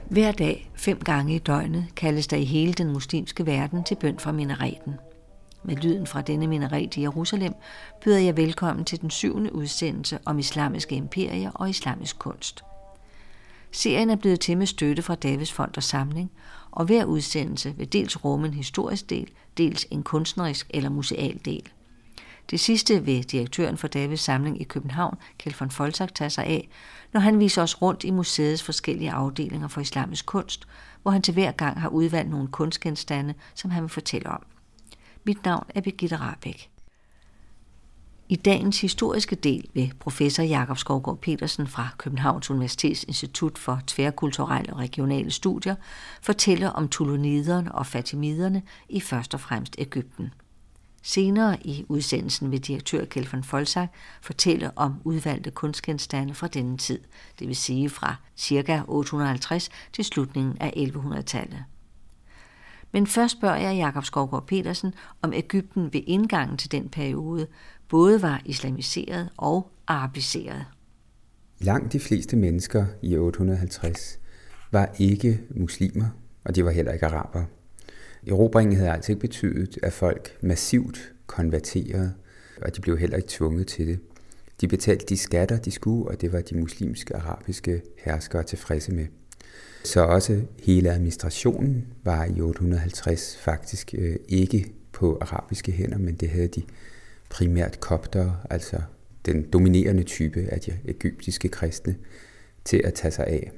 Hver dag 5 gange i døgnet kaldes der i hele den muslimske verden til bøn fra minareten. Med lyden fra denne minaret i Jerusalem byder jeg velkommen til den 7. udsendelse om islamiske imperier og islamisk kunst. Serien er blevet til med støtte fra Davids Fond og Samling, og hver udsendelse vil dels rumme en historisk del, dels en kunstnerisk eller museal del. Det sidste vil direktøren for Davids Samling i København, Kjeld von Folzak, tage sig af, når han viser os rundt i museets forskellige afdelinger for islamisk kunst, hvor han til hver gang har udvalgt nogle kunstgenstande, som han vil fortælle om. Mit navn er Birgitte Rahbek. I dagens historiske del vil professor Jakob Skovgaard Petersen fra Københavns Universitets Institut for Tværkulturelle og Regionale Studier fortælle om tuluniderne og fatimiderne i først og fremmest Egypten. Senere i udsendelsen vil direktør Kjeld von Folzak fortælle om udvalgte kunstgenstande fra denne tid, det vil sige fra ca. 850 til slutningen af 1100-tallet. Men først spørger jeg Jakob Skovgaard Petersen, om Egypten ved indgangen til den periode både var islamiseret og arabiseret. Langt de fleste mennesker i 850 var ikke muslimer, og de var heller ikke arabere. Erobringen havde altså ikke betydet, at folk massivt konverterede, og de blev heller ikke tvunget til det. De betalte de skatter, de skulle, og det var de muslimske arabiske herskere tilfredse med. Så også hele administrationen var i 850 faktisk ikke på arabiske hænder, men det havde de primært koptere, altså den dominerende type af de egyptiske kristne, til at tage sig af.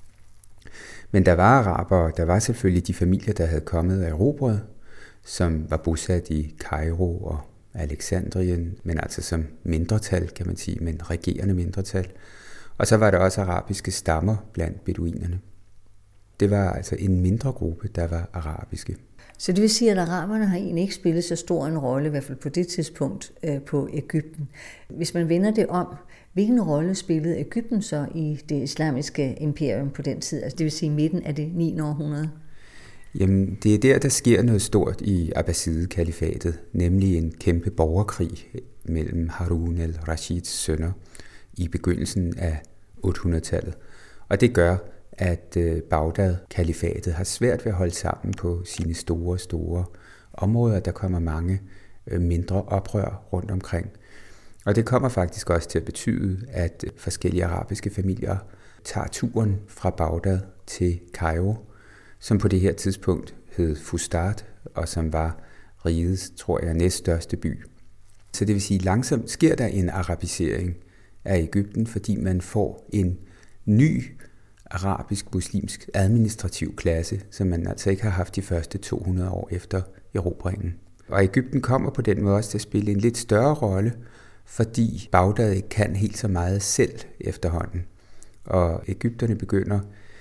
Men der var arabere, der var selvfølgelig de familier, der havde kommet af erobret, som var bosat i Kairo og Alexandrien, men altså som mindretal, kan man sige, men regerende mindretal. Og så var der også arabiske stammer blandt beduinerne. Det var altså en mindre gruppe, der var arabiske. Så det vil sige, at araberne har egentlig ikke spillet så stor en rolle, i hvert fald på det tidspunkt, på Egypten. Hvis man vender det om, hvilken rolle spillede Egypten så i det islamiske imperium på den tid, altså det vil sige midten af det 9. århundrede? Jamen, det er der sker noget stort i Abbaside-kalifatet, nemlig en kæmpe borgerkrig mellem Harun al-Rashids sønner i begyndelsen af 800-tallet. Og det gør, at Bagdad-kalifatet har svært ved at holde sammen på sine store områder. Der kommer mange mindre oprør rundt omkring. Og det kommer faktisk også til at betyde, at forskellige arabiske familier tager turen fra Bagdad til Kairo, som på det her tidspunkt hed Fustat, og som var rigets, tror jeg, næststørste by. Så det vil sige, langsomt sker der en arabisering af Egypten, fordi man får en ny arabisk-muslimsk administrativ klasse, som man altså ikke har haft de første 200 år efter erobringen. Og Egypten kommer på den måde også til at spille en lidt større rolle, fordi Bagdad ikke kan helt så meget selv efterhånden. Og egypterne begynder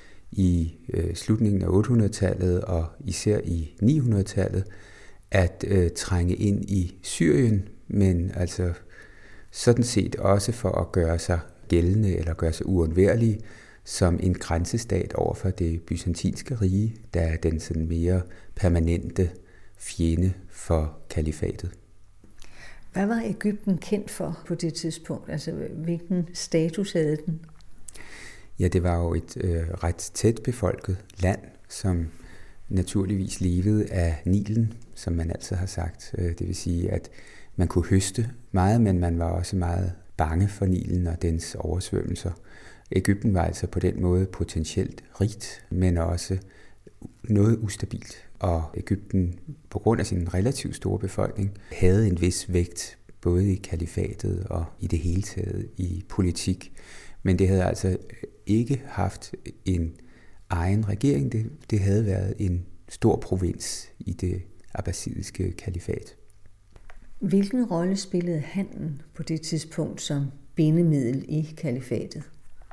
i slutningen af 800-tallet og især i 900-tallet at trænge ind i Syrien, men altså sådan set også for at gøre sig gældende eller gøre sig uundværlige som en grænsestat over for det byzantinske rige, der er den sådan mere permanente fjende for kalifatet. Hvad var Egypten kendt for på det tidspunkt? Altså, hvilken status havde den? Ja, det var jo et ret tæt befolket land, som naturligvis levede af Nilen, som man altid har sagt. Det vil sige, at man kunne høste meget, men man var også meget bange for Nilen og dens oversvømmelser. Egypten var altså på den måde potentielt rigt, men også noget ustabilt. Og Egypten, på grund af sin relativt store befolkning, havde en vis vægt både i kalifatet og i det hele taget i politik. Men det havde altså ikke haft en egen regering. Det havde været en stor provins i det abbasidiske kalifat. Hvilken rolle spillede handlen på det tidspunkt som bindemiddel i kalifatet?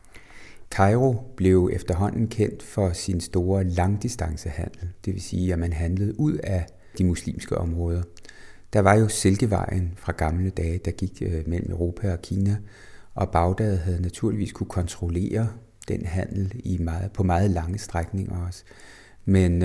Kairo blev efterhånden kendt for sin store langdistancehandel, det vil sige, at man handlede ud af de muslimske områder. Der var jo Silkevejen fra gamle dage, der gik mellem Europa og Kina, og Bagdad havde naturligvis kunne kontrollere den handel på meget lange strækninger også. Men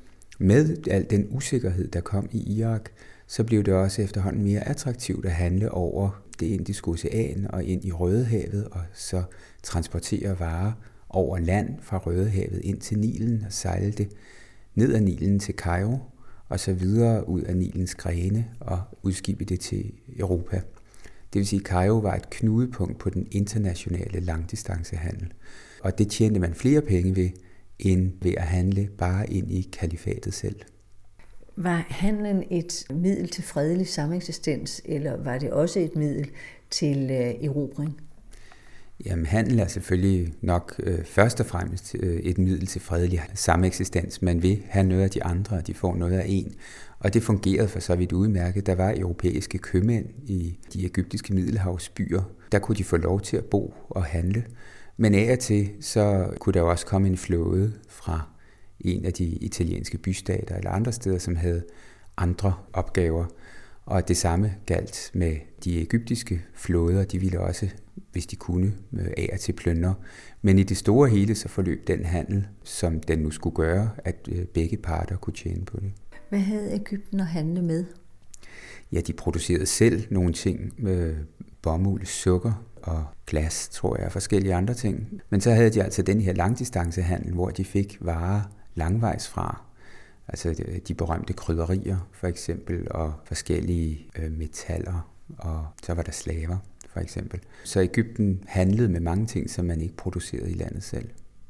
med al den usikkerhed, der kom i Irak, så blev det også efterhånden mere attraktivt at handle over det Indiske Ocean og ind i Rødehavet, og så transportere varer over land fra Rødehavet ind til Nilen og sejlte ned ad Nilen til Kairo, og så videre ud af Nilens grene og udskibede det til Europa. Det vil sige, at Kairo var et knudepunkt på den internationale langdistancehandel. Og det tjente man flere penge ved, end ved at handle bare ind i kalifatet selv. Var handlen et middel til fredelig sameksistens, eller var det også et middel til erobring? Jamen, handel er selvfølgelig nok først og fremmest et middel til fredelig sameksistens. Man vil have noget af de andre, og de får noget af en. Og det fungerede for så vidt udmærket. Der var europæiske købmænd i de egyptiske middelhavsbyer. Der kunne de få lov til at bo og handle. Men af og til, så kunne der også komme en flåde fra en af de italienske bystater eller andre steder, som havde andre opgaver. Og det samme galt med de egyptiske flåder. De ville også, hvis de kunne, af og til plyndre. Men i det store hele, så forløb den handel, som den nu skulle gøre, at begge parter kunne tjene på det. Hvad havde Egypten at handle med? Ja, de producerede selv nogle ting med bomuld, sukker og glas, tror jeg, og forskellige andre ting. Men så havde de altså den her langdistancehandel, hvor de fik varer langvejs fra. Altså de berømte krydderier, for eksempel, og forskellige metaller, og så var der slaver, for eksempel. Så Egypten handlede med mange ting, som man ikke producerede i landet selv.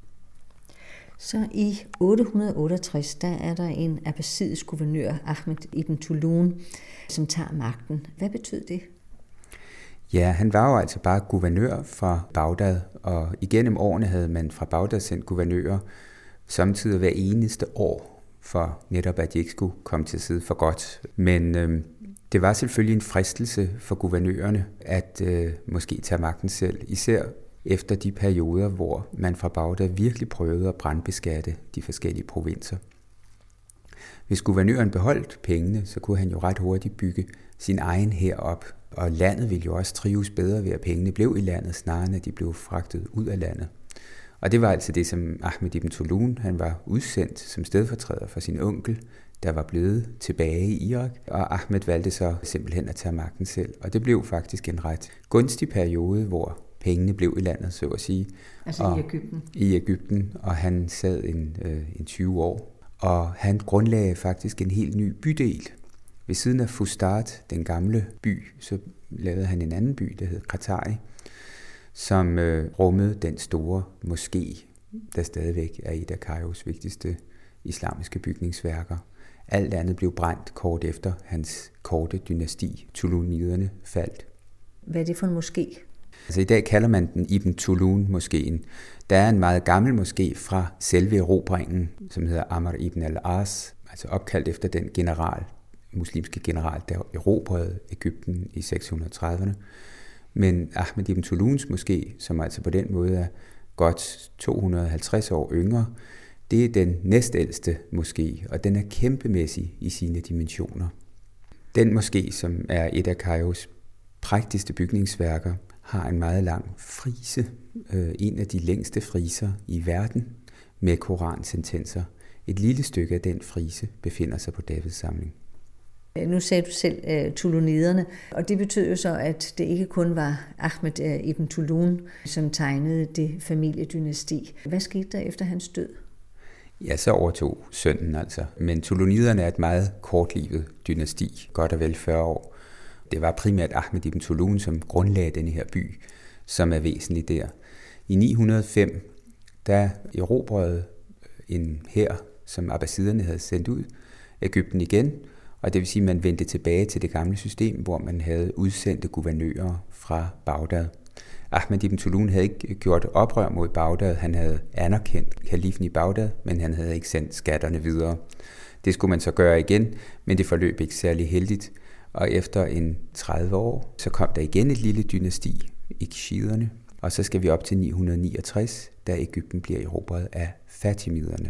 Så i 868, der er der en abbasidisk guvernør, Ahmed ibn Tulun, som tager magten. Hvad betød det? Ja, han var jo altså bare guvernør fra Bagdad, og igennem årene havde man fra Bagdad sendt guvernører samtidig hver eneste år, for netop at de ikke skulle komme til at sidde for godt. Men det var selvfølgelig en fristelse for guvernørerne at måske tage magten selv, især efter de perioder, hvor man fra Bagdad virkelig prøvede at brandbeskatte de forskellige provinser. Hvis guvernøren beholdt pengene, så kunne han jo ret hurtigt bygge sin egen hær op, og landet ville jo også trives bedre ved, at pengene blev i landet, snarere end at de blev fragtet ud af landet. Og det var altså det, som Ahmed ibn Tulun, han var udsendt som stedfortræder for sin onkel, der var blevet tilbage i Irak, og Ahmed valgte så simpelthen at tage magten selv. Og det blev faktisk en ret gunstig periode, hvor pengene blev i landet, så at sige. Altså i Egypten? I Egypten, og han sad en 20 år. Og han grundlagde faktisk en helt ny bydel. Ved siden af Fustat, den gamle by, så lavede han en anden by, der hed Kratari, som rummede den store moské, der stadigvæk er et af Kairos vigtigste islamiske bygningsværker. Alt andet blev brændt kort efter hans korte dynasti, Tuluniderne, faldt. Hvad er det for en moské? Altså i dag kalder man den Ibn Tulun-moskéen. Der er en meget gammel moské fra selve erobringen, som hedder Amr ibn al-As, altså opkaldt efter den muslimske general, der erobrede Egypten i 630'erne. Men Ahmed ibn Tuluns moské, som altså på den måde er godt 250 år yngre, det er den næstældste moské, og den er kæmpemæssig i sine dimensioner. Den moské, som er et af Kairos prægtigste bygningsværker, har en meget lang frise, en af de længste friser i verden, med koransentenser. Et lille stykke af den frise befinder sig på Davids samling. Nu sagde du selv Tuluniderne, og det betød jo så, at det ikke kun var Ahmed ibn Tulun, som tegnede det familiedynasti. Hvad skete der efter hans død? Ja, så overtog sønnen altså. Men Tuluniderne er et meget kortlivet dynasti, godt og vel 40 år. Det var primært Ahmed ibn Tulun, som grundlagde denne her by, som er væsentlig der. I 905, der erobrede en hær, som abbasiderne havde sendt ud, Egypten igen, og det vil sige, at man vendte tilbage til det gamle system, hvor man havde udsendte guvernører fra Bagdad. Ahmed ibn Tulun havde ikke gjort oprør mod Bagdad, han havde anerkendt kalifen i Bagdad, men han havde ikke sendt skatterne videre. Det skulle man så gøre igen, men det forløb ikke særlig heldigt, og efter en 30 år, så kom der igen et lille dynasti, Ikshiderne, og så skal vi op til 969, da Egypten bliver erobret af Fatimiderne.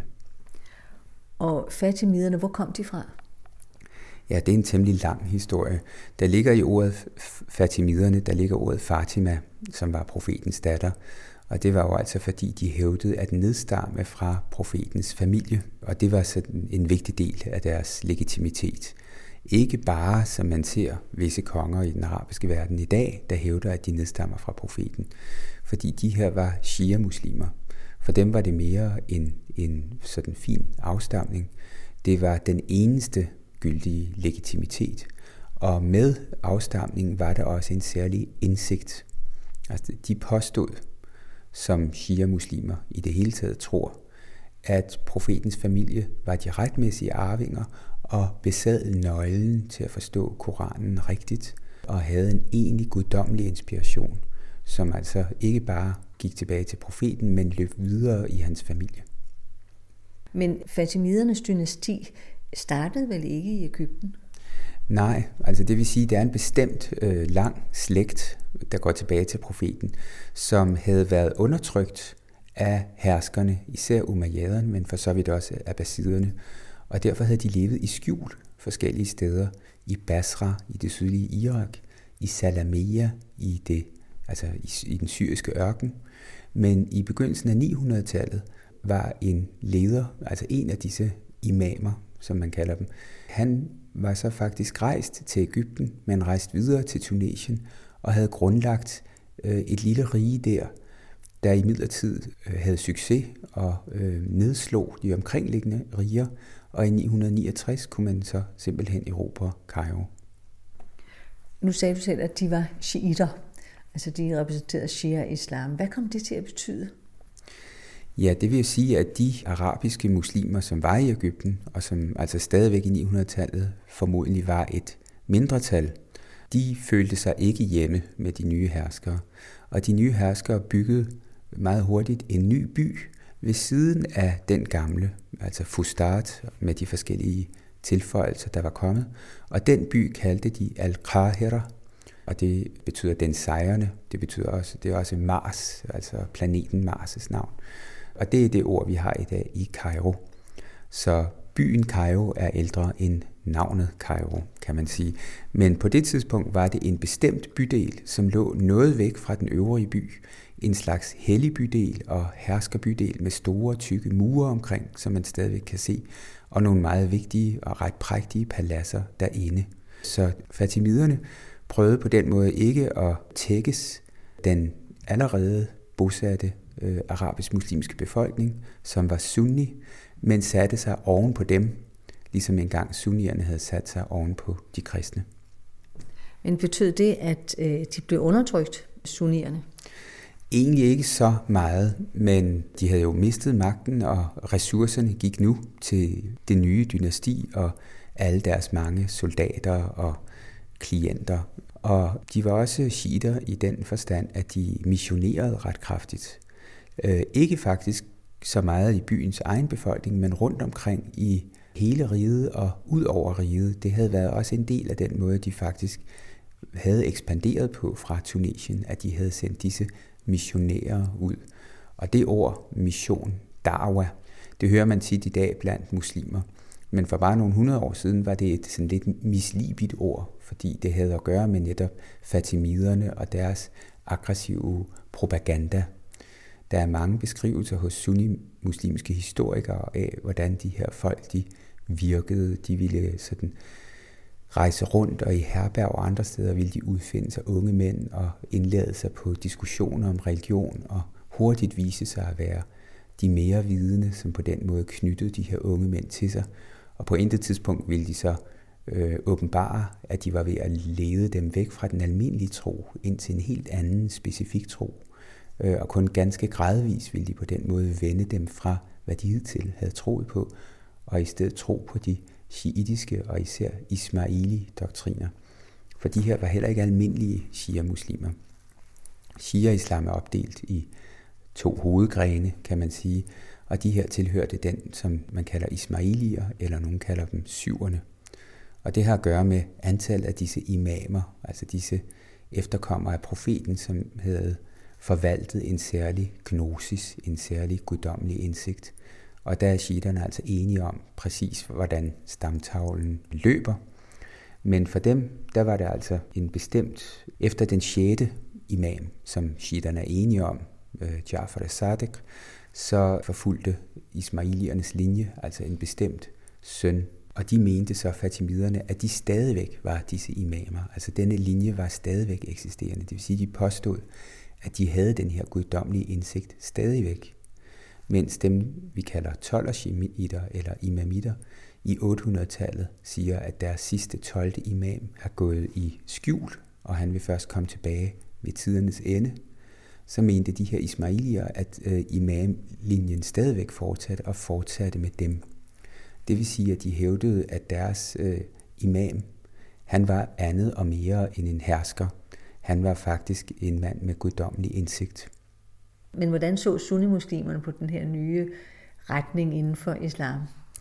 Og Fatimiderne, hvor kom de fra? Ja, det er en temmelig lang historie. Der ligger i ordet Fatimiderne, der ligger ordet Fatima, som var profetens datter. Og det var jo altså fordi, de hævdede at nedstamme fra profetens familie. Og det var sådan en vigtig del af deres legitimitet. Ikke bare, som man ser visse konger i den arabiske verden i dag, der hævder, at de nedstammer fra profeten. Fordi de her var shia-muslimer. For dem var det mere en sådan fin afstamning. Det var den eneste gyldige legitimitet. Og med afstamningen var der også en særlig indsigt. Altså, de påstod, som shia-muslimer i det hele taget tror, at profetens familie var de retmæssige arvinger og besad nøglen til at forstå Koranen rigtigt og havde en egentlig guddommelig inspiration, som altså ikke bare gik tilbage til profeten, men løb videre i hans familie. Men Fatimidernes dynasti startede vel ikke i Egypten? Nej, altså det vil sige, at der er en bestemt lang slægt, der går tilbage til profeten, som havde været undertrykt af herskerne, især umayyaderne, men for så vidt også abbasiderne. Og derfor havde de levet i skjul forskellige steder, i Basra, i det sydlige Irak, i Salamea, i den syriske ørken. Men i begyndelsen af 900-tallet var en leder, altså en af disse imamer, som man kalder dem, han var så faktisk rejst til Egypten, men rejst videre til Tunesien og havde grundlagt et lille rige der imidlertid havde succes og nedslog de omkringliggende riger, og i 969 kunne man så simpelthen erobre Kairo. Nu sagde du selv, at de var shiitter, altså de repræsenterede shia-islam. Hvad kom det til at betyde? Ja, det vil sige, at de arabiske muslimer, som var i Egypten, og som altså stadigvæk i 900-tallet formodentlig var et mindretal, de følte sig ikke hjemme med de nye herskere. Og de nye herskere byggede meget hurtigt en ny by ved siden af den gamle, altså Fustat, med de forskellige tilføjelser, der var kommet. Og den by kaldte de Al-Qahira, og det betyder den sejrende. Det er også Mars, altså planeten Mars' navn. Og det er det ord, vi har i dag i Kairo. Så byen Kairo er ældre end navnet Kairo, kan man sige. Men på det tidspunkt var det en bestemt bydel, som lå noget væk fra den øvrige by. En slags hellig bydel og herskerbydel med store, tykke mure omkring, som man stadigvæk kan se, og nogle meget vigtige og ret prægtige paladser derinde. Så fatimiderne prøvede på den måde ikke at tækkes den allerede bosatte arabisk-muslimske befolkning, som var sunni, men satte sig oven på dem, ligesom engang sunnierne havde sat sig oven på de kristne. Men betød det, at de blev undertrykt, sunnierne? Egentlig ikke så meget, men de havde jo mistet magten, og ressourcerne gik nu til det nye dynasti og alle deres mange soldater og klienter. Og de var også shiitter i den forstand, at de missionerede ret kraftigt. Ikke faktisk så meget i byens egen befolkning, men rundt omkring i hele riget og ud over riget. Det havde været også en del af den måde, de faktisk havde ekspanderet på fra Tunesien, at de havde sendt disse missionærer ud. Og det ord, mission, da'wa, det hører man tit i dag blandt muslimer. Men for bare nogle 100 år siden var det et sådan lidt mislibigt ord, fordi det havde at gøre med netop fatimiderne og deres aggressive propaganda. Der er mange beskrivelser hos sunni-muslimske historikere af, hvordan de her folk de virkede. De ville sådan rejse rundt, og i herberg og andre steder ville de udfinde sig unge mænd og indlade sig på diskussioner om religion og hurtigt vise sig at være de mere vidende, som på den måde knyttede de her unge mænd til sig. Og på intet tidspunkt ville de så åbenbare, at de var ved at lede dem væk fra den almindelige tro ind til en helt anden specifik tro. Og kun ganske gradvis ville de på den måde vende dem fra, hvad de hidtil havde troet på, og i stedet tro på de shiitiske og især ismaili-doktriner. For de her var heller ikke almindelige shia-muslimer. Shia-islam er opdelt i 2 hovedgrene, kan man sige, og de her tilhørte den, som man kalder ismailier, eller nogen kalder dem syverne. Og det har at gøre med antallet af disse imamer, altså disse efterkommere af profeten, som havde forvaltet en særlig gnosis, en særlig guddommelig indsigt. Og der er shiiterne altså enige om præcis, hvordan stamtavlen løber. Men for dem, der var det altså en bestemt, efter den 6. imam, som shiiterne er enige om, Ja'far al-Sadiq, så forfulgte ismailiernes linje, altså en bestemt søn. Og de mente så, fatimiderne, at de stadigvæk var disse imamer. Altså denne linje var stadigvæk eksisterende. Det vil sige, de påstod, at de havde den her guddommelige indsigt stadigvæk. mens dem, vi kalder tollershimitter eller imamitter, i 800-tallet siger, at deres sidste 12. imam er gået i skjul, og han vil først komme tilbage ved tidernes ende. Så mente de her ismailier, at imamlinjen stadigvæk fortsatte med dem. Det vil sige, at de hævdede, at deres imam, han var andet og mere end en hersker. Han var faktisk en mand med guddommelig indsigt. Men hvordan så sunnimuslimerne på den her nye retning inden for islam?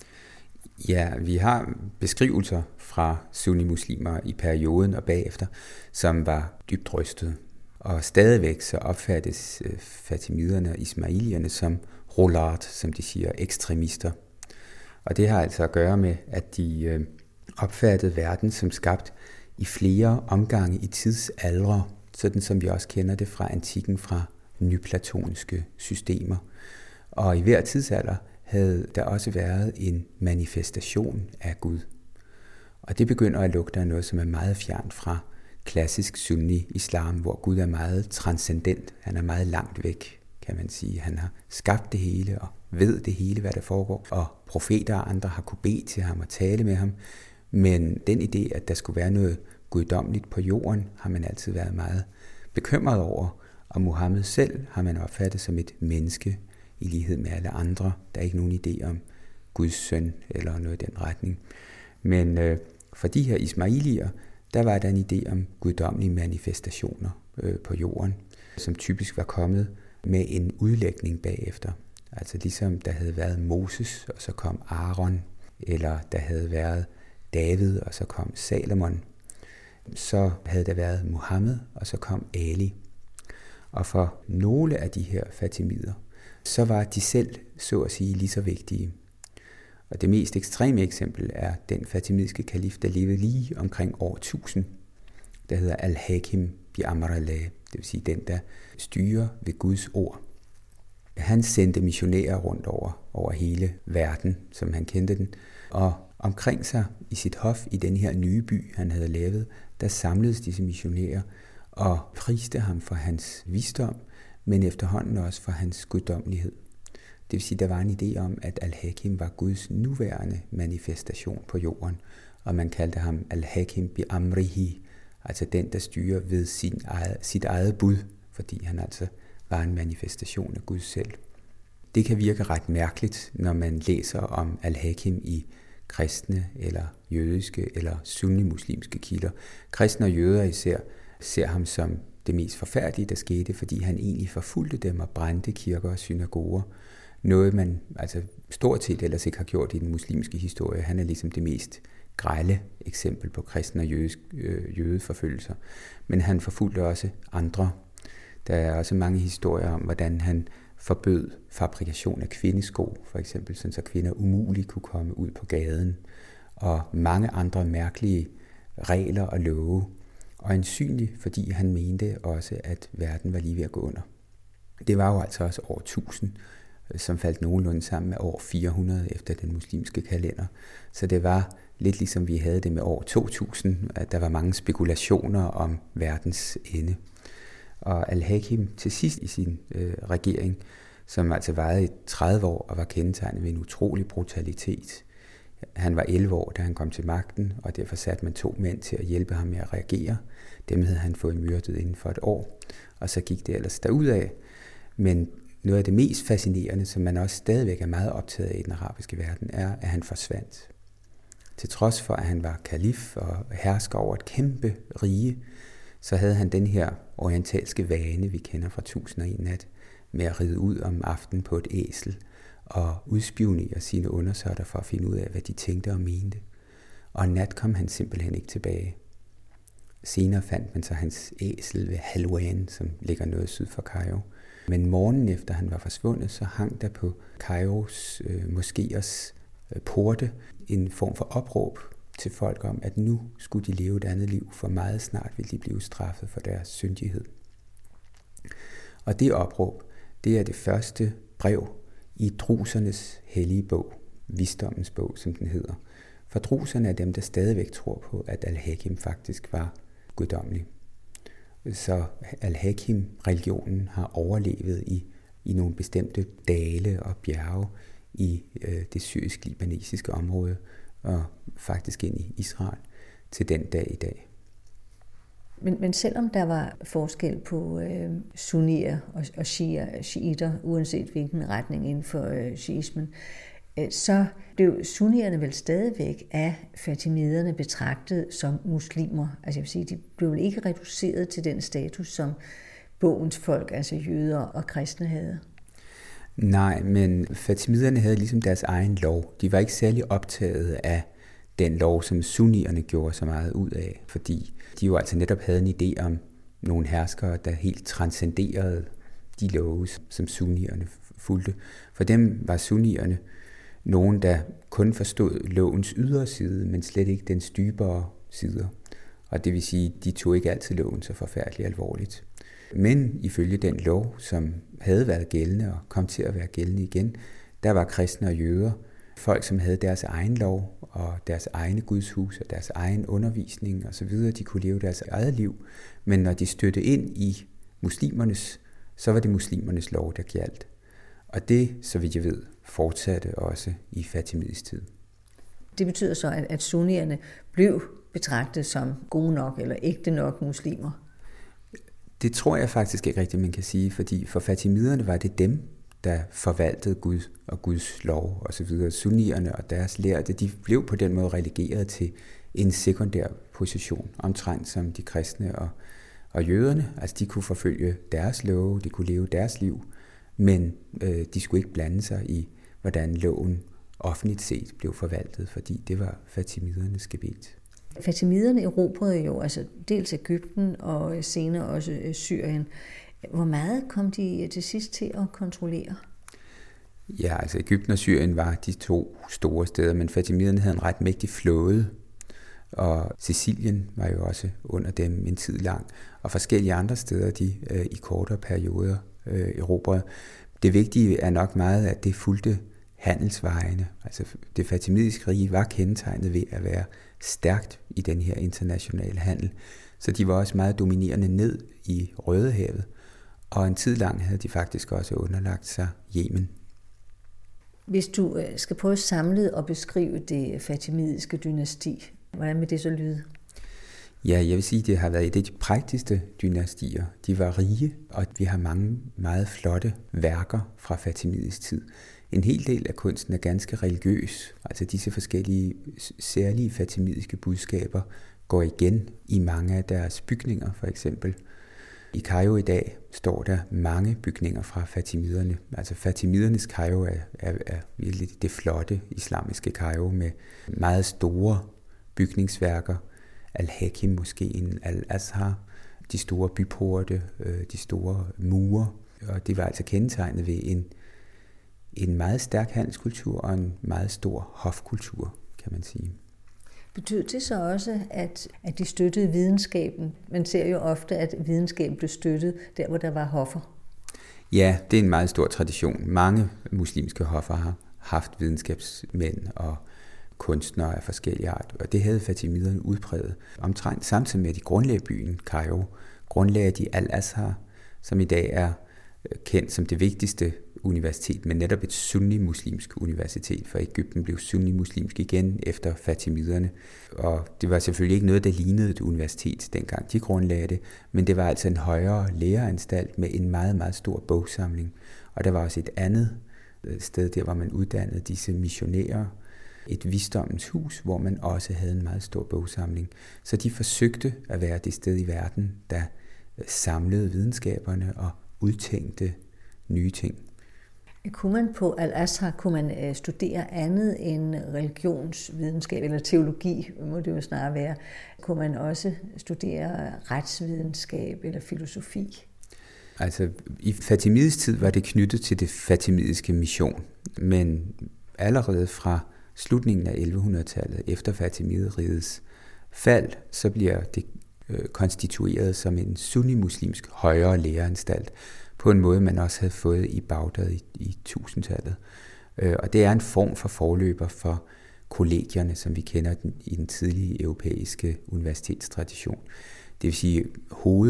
Ja, vi har beskrivelser fra sunnimuslimer i perioden og bagefter, som var dybt rystede. Og stadigvæk så opfattes fatimiderne og ismailierne som rolat, som de siger, ekstremister. Og det har altså at gøre med, at de opfattede verden som skabt i flere omgange i tidsaldre, sådan som vi også kender det fra antikken, fra nyplatoniske systemer. Og i hver tidsalder havde der også været en manifestation af Gud. Og det begynder at lugte af noget, som er meget fjernt fra klassisk sunni-islam, hvor Gud er meget transcendent. Han er meget langt væk, kan man sige. Han har skabt det hele og ved det hele, hvad der foregår. Og profeter og andre har kunne bede til ham og tale med ham. Men den idé, at der skulle være noget guddommeligt på jorden, har man altid været meget bekymret over. Og Muhammed selv har man opfattet som et menneske, i lighed med alle andre. Der er ikke nogen idé om Guds søn eller noget i den retning. Men for de her ismailier, der var der en idé om guddommelige manifestationer på jorden, som typisk var kommet med en udlægning bagefter. Altså ligesom der havde været Moses, og så kom Aaron, eller der havde været David, og så kom Salomon. Så havde der været Muhammed, og så kom Ali. Og for nogle af de her fatimider, så var de selv, så at sige, lige så vigtige. Og det mest ekstreme eksempel er den fatimidiske kalif, der levede lige omkring år 1000, der hedder Al-Hakim bi Amr Allah, det vil sige den, der styrer ved Guds ord. Han sendte missionærer rundt over hele verden, som han kendte den, og omkring sig i sit hof, i den her nye by, han havde lavet, der samledes disse missionærer og priste ham for hans visdom, men efterhånden også for hans guddommelighed. Det vil sige, at der var en idé om, at Al-Hakim var Guds nuværende manifestation på jorden, og man kaldte ham Al-Hakim bi Amrihi, altså den, der styrer ved sit eget bud, fordi han altså var en manifestation af Gud selv. Det kan virke ret mærkeligt, når man læser om Al-Hakim i kristne eller jødiske eller sunni-muslimske kilder. Kristne og jøder især ser ham som det mest forfærdelige, der skete, fordi han egentlig forfulgte dem og brændte kirker og synagoger. Noget man altså stort set ellers ikke har gjort i den muslimske historie. Han er ligesom det mest grelle eksempel på kristne og jødeforfølgelser. Men han forfulgte også andre. Der er også mange historier om, hvordan han forbød fabrikation af kvindesko, for eksempel, så kvinder umuligt kunne komme ud på gaden, og mange andre mærkelige regler og love, og ansynligt, fordi han mente også, at verden var lige ved at gå under. Det var jo altså også år 1000, som faldt nogenlunde sammen med år 400 efter den muslimske kalender. Så det var lidt ligesom vi havde det med år 2000, at der var mange spekulationer om verdens ende. Og Al-Hakim til sidst i sin regering, som altså varede i 30 år og var kendetegnet ved en utrolig brutalitet. Han var 11 år, da han kom til magten, og derfor satte man 2 mænd til at hjælpe ham med at reagere. Dem havde han fået myrdet inden for et år, og så gik det ellers derudad. Men noget af det mest fascinerende, som man også stadigvæk er meget optaget af i den arabiske verden, er, at han forsvandt. Til trods for, at han var kalif og hersker over et kæmpe rige, så havde han den her orientalske vane, vi kender fra 1001 nat, med at ride ud om aftenen på et æsel og udspionere sine undersåtter for at finde ud af, hvad de tænkte og mente. Og en nat kom han simpelthen ikke tilbage. Senere fandt man så hans æsel ved Halwan, som ligger noget syd for Kairo. Men morgenen efter han var forsvundet, så hang der på Kairos moskéers porte en form for opråb til folk om, at nu skulle de leve et andet liv, for meget snart ville de blive straffet for deres syndighed. Og det opråb, det er det første brev i drusernes hellige bog, visdommens bog, som den hedder. For druserne er dem, der stadigvæk tror på, at Al-Hakim faktisk var guddommelig. Så Al-Hakim-religionen har overlevet i i nogle bestemte dale og bjerge i det syrisk-libanesiske område, og faktisk ind i Israel til den dag i dag. Men selvom der var forskel på sunnier og shiiter, uanset hvilken retning inden for shiismen, så blev sunnierne vel stadigvæk af fatimiderne betragtet som muslimer. Altså jeg vil sige, de blev vel ikke reduceret til den status, som bogens folk, altså jøder og kristne, havde. Nej, men fatimiderne havde ligesom deres egen lov. De var ikke særlig optaget af den lov, som sunnierne gjorde så meget ud af, fordi de jo altså netop havde en idé om nogle herskere, der helt transcenderede de love, som sunnierne fulgte. For dem var sunnierne nogen, der kun forstod lovens ydre side, men slet ikke dens dybere sider. Og det vil sige, de tog ikke altid loven så forfærdeligt alvorligt. Men ifølge den lov, som havde været gældende og kom til at være gældende igen, der var kristne og jøder, folk, som havde deres egen lov og deres egne gudshus og deres egen undervisning osv., de kunne leve deres eget liv. Men når de stødte ind i muslimernes, så var det muslimernes lov, der gjaldt. Og det, så vidt jeg ved, fortsatte også i Fatimids tid. Det betyder så, at sunnierne blev betragtet som gode nok eller ægte nok muslimer? Det tror jeg faktisk ikke rigtigt, man kan sige, fordi for fatimiderne var det dem, der forvaltede Gud og Guds lov osv. Sunnierne og deres lærte, de blev på den måde relegeret til en sekundær position, omtrent som de kristne og jøderne. Altså de kunne forfølge deres love, de kunne leve deres liv, men de skulle ikke blande sig i, hvordan loven offentligt set blev forvaltet, fordi det var fatimidernes gebet. Fatimiderne erobrede jo altså dels Egypten og senere også Syrien. Hvor meget kom de til sidst til at kontrollere? Ja, altså Egypten og Syrien var de to store steder, men fatimiderne havde en ret mægtig flåde, og Sicilien var jo også under dem en tid lang, og forskellige andre steder, de i kortere perioder erobrede. Det vigtige er nok meget, at det fulgte handelsvejene. Altså det fatimidiske rige var kendetegnet ved at være stærkt i den her internationale handel, så de var også meget dominerende ned i Rødehavet, og en tid lang havde de faktisk også underlagt sig Yemen. Hvis du skal prøve samlet at beskrive det fatimidiske dynasti, hvordan vil det så lyde? Ja, jeg vil sige, at det har været et af de prægtigste dynastier. De var rige, og vi har mange meget flotte værker fra Fatimids tid. En hel del af kunsten er ganske religiøs. Altså disse forskellige særlige fatimidiske budskaber går igen i mange af deres bygninger, for eksempel. I Kairo i dag står der mange bygninger fra fatimiderne. Altså fatimidernes Kairo er virkelig det flotte islamiske Kairo med meget store bygningsværker. Al-Hakim, moskeen, Al-Azhar, de store byporte, de store mure. Og det var altså kendetegnet ved en meget stærk handelskultur og en meget stor hofkultur, kan man sige. Betyder det så også, at de støttede videnskaben? Man ser jo ofte, at videnskaben blev støttet der, hvor der var hoffer. Ja, det er en meget stor tradition. Mange muslimske hoffer har haft videnskabsmænd og kunstnere af forskellige art, og det havde fatimiderne udpræget. Omtrent samtidig med, at de grundlagde byen Kairo, grundlagde de Al-Azhar, som i dag er kendt som det vigtigste universitet, men netop et sunni-muslimsk universitet, for Egypten blev sunni-muslimsk igen efter fatimiderne. Og det var selvfølgelig ikke noget, der lignede et universitet, dengang de grundlagde det, men det var altså en højere læreanstalt med en meget, meget stor bogsamling. Og der var også et andet sted, der hvor man uddannede disse missionærer, et visdommens hus, hvor man også havde en meget stor bogsamling. Så de forsøgte at være det sted i verden, der samlede videnskaberne og udtænkte nye ting. Kunne man på Al-Azhar studere andet end religionsvidenskab eller teologi, må det jo snarere være? Kunne man også studere retsvidenskab eller filosofi? Altså i Fatimids tid var det knyttet til det fatimidiske mission, men allerede fra slutningen af 1100-tallet, efter Fatimidrigets fald, så bliver det konstitueret som en sunni-muslimsk højere læreanstalt, på en måde, man også havde fået i Bagdad i 1000-tallet. Og det er en form for forløber for kollegierne, som vi kender i den tidlige europæiske universitetstradition. Det vil sige,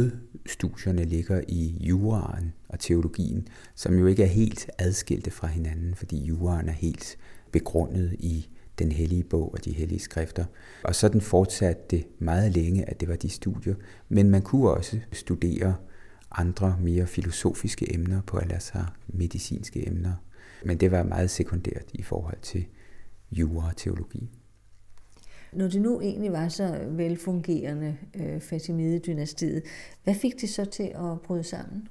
studierne ligger i juraen og teologien, som jo ikke er helt adskilte fra hinanden, fordi juraen er helt begrundet i den hellige bog og de hellige skrifter. Og sådan fortsatte det meget længe, at det var de studier. Men man kunne også studere andre mere filosofiske emner på Al-Azhar, medicinske emner. Men det var meget sekundært i forhold til jura og teologi. Når det nu egentlig var så velfungerende Fatimide-dynastiet, hvad fik det så til at bryde sammen?